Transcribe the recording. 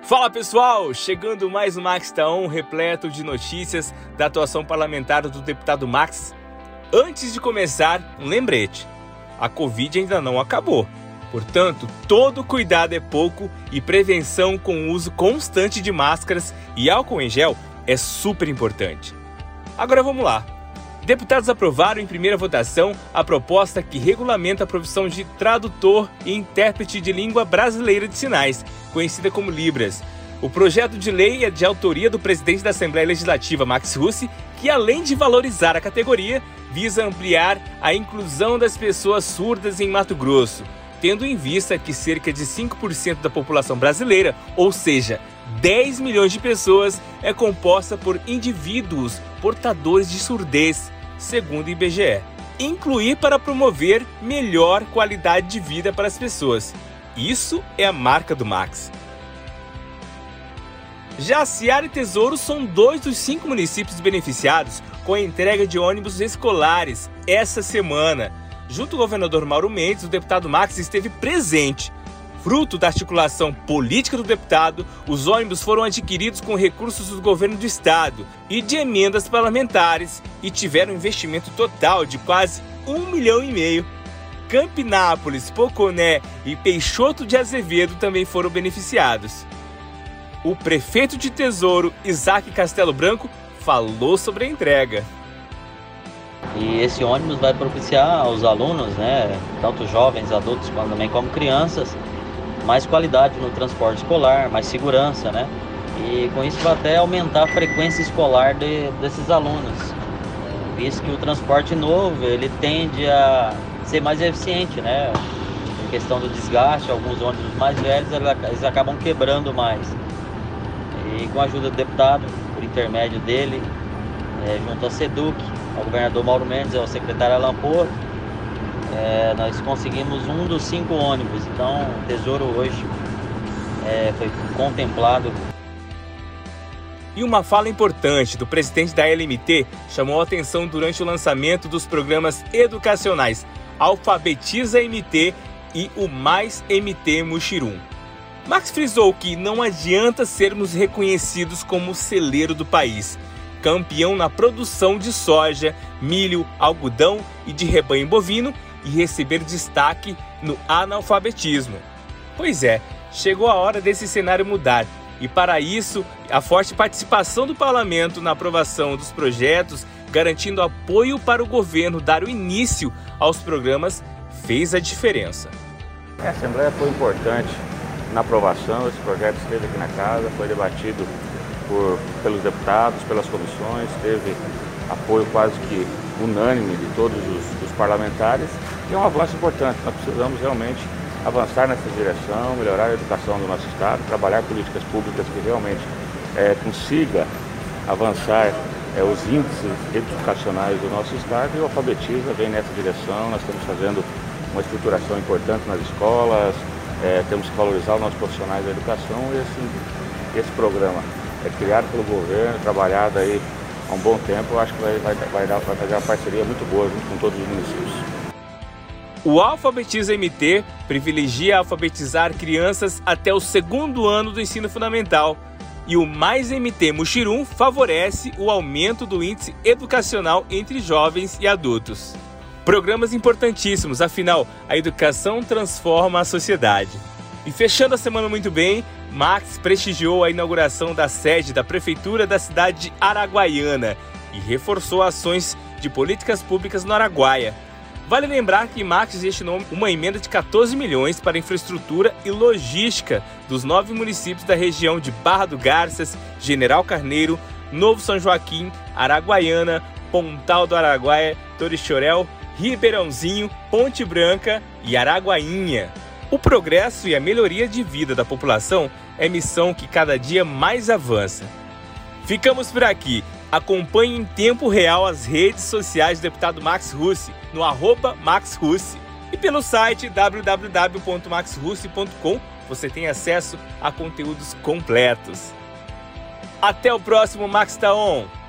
Fala pessoal, chegando mais um Max Tá On, repleto de notícias da atuação parlamentar do deputado Max. Antes de começar, um lembrete, a Covid ainda não acabou, portanto, todo cuidado é pouco e prevenção com o uso constante de máscaras e álcool em gel é super importante. Agora vamos lá. Deputados aprovaram em primeira votação a proposta que regulamenta a profissão de tradutor e intérprete de língua brasileira de sinais, conhecida como Libras. O projeto de lei é de autoria do presidente da Assembleia Legislativa, Max Russi, que além de valorizar a categoria, visa ampliar a inclusão das pessoas surdas em Mato Grosso, tendo em vista que cerca de 5% da população brasileira, ou seja, 10 milhões de pessoas, é composta por indivíduos portadores de surdez, segundo o IBGE. Incluir para promover melhor qualidade de vida para as pessoas. Isso é a marca do Max. Já Ceará e Tesouro são 2 dos 5 municípios beneficiados com a entrega de ônibus escolares essa semana. Junto ao governador Mauro Mendes, o deputado Max esteve presente. Fruto da articulação política do deputado, os ônibus foram adquiridos com recursos do governo do estado e de emendas parlamentares e tiveram investimento total de quase R$1,5 milhão. Campinápolis, Poconé e Peixoto de Azevedo também foram beneficiados. O prefeito de Tesouro, Isaac Castelo Branco, falou sobre a entrega. E esse ônibus vai propiciar aos alunos, tanto jovens, adultos, também como crianças, mais qualidade no transporte escolar, mais segurança, E com isso vai até aumentar a frequência escolar desses alunos, visto que o transporte novo, ele tende a ser mais eficiente, Em questão do desgaste, alguns ônibus mais velhos, eles acabam quebrando mais. E com a ajuda do deputado, por intermédio dele, junto ao SEDUC, ao governador Mauro Mendes e ao secretário Alan Porto, nós conseguimos um dos 5 ônibus. Então o Tesouro hoje foi contemplado. E uma fala importante do presidente da LMT chamou a atenção durante o lançamento dos programas educacionais Alfabetiza MT e o Mais MT Muxirum. Max frisou que não adianta sermos reconhecidos como celeiro do país, campeão na produção de soja, milho, algodão e de rebanho bovino, e receber destaque no analfabetismo. Pois é, chegou a hora desse cenário mudar, e para isso, a forte participação do parlamento na aprovação dos projetos, garantindo apoio para o governo dar o início aos programas, fez a diferença. A Assembleia foi importante na aprovação, esse projeto esteve aqui na casa, foi debatido pelos deputados, pelas comissões, teve apoio quase que unânime de todos os parlamentares, e é um avanço importante. Nós precisamos realmente avançar nessa direção, melhorar a educação do nosso estado, trabalhar políticas públicas que realmente consiga avançar os índices educacionais do nosso estado, e o Alfabetiza vem nessa direção. Nós estamos fazendo uma estruturação importante nas escolas, temos que valorizar os nossos profissionais da educação, e esse programa é criado pelo governo, trabalhado aí há um bom tempo. Eu acho que vai fazer uma parceria muito boa junto com todos os municípios. O Alfabetiza MT privilegia alfabetizar crianças até o 2º ano do ensino fundamental, e o Mais MT Muxirum favorece o aumento do índice educacional entre jovens e adultos. Programas importantíssimos, afinal, a educação transforma a sociedade. E fechando a semana muito bem, Max prestigiou a inauguração da sede da Prefeitura da cidade de Araguaiana e reforçou ações de políticas públicas no Araguaia. Vale lembrar que Max destinou uma emenda de 14 milhões para infraestrutura e logística dos 9 municípios da região de Barra do Garças, General Carneiro, Novo São Joaquim, Araguaiana, Pontal do Araguaia, Torixoréu, Ribeirãozinho, Ponte Branca e Araguainha. O progresso e a melhoria de vida da população é missão que cada dia mais avança. Ficamos por aqui. Acompanhe em tempo real as redes sociais do deputado Max Russi no @MaxRussi e pelo site www.maxrussi.com você tem acesso a conteúdos completos. Até o próximo Max Tá On!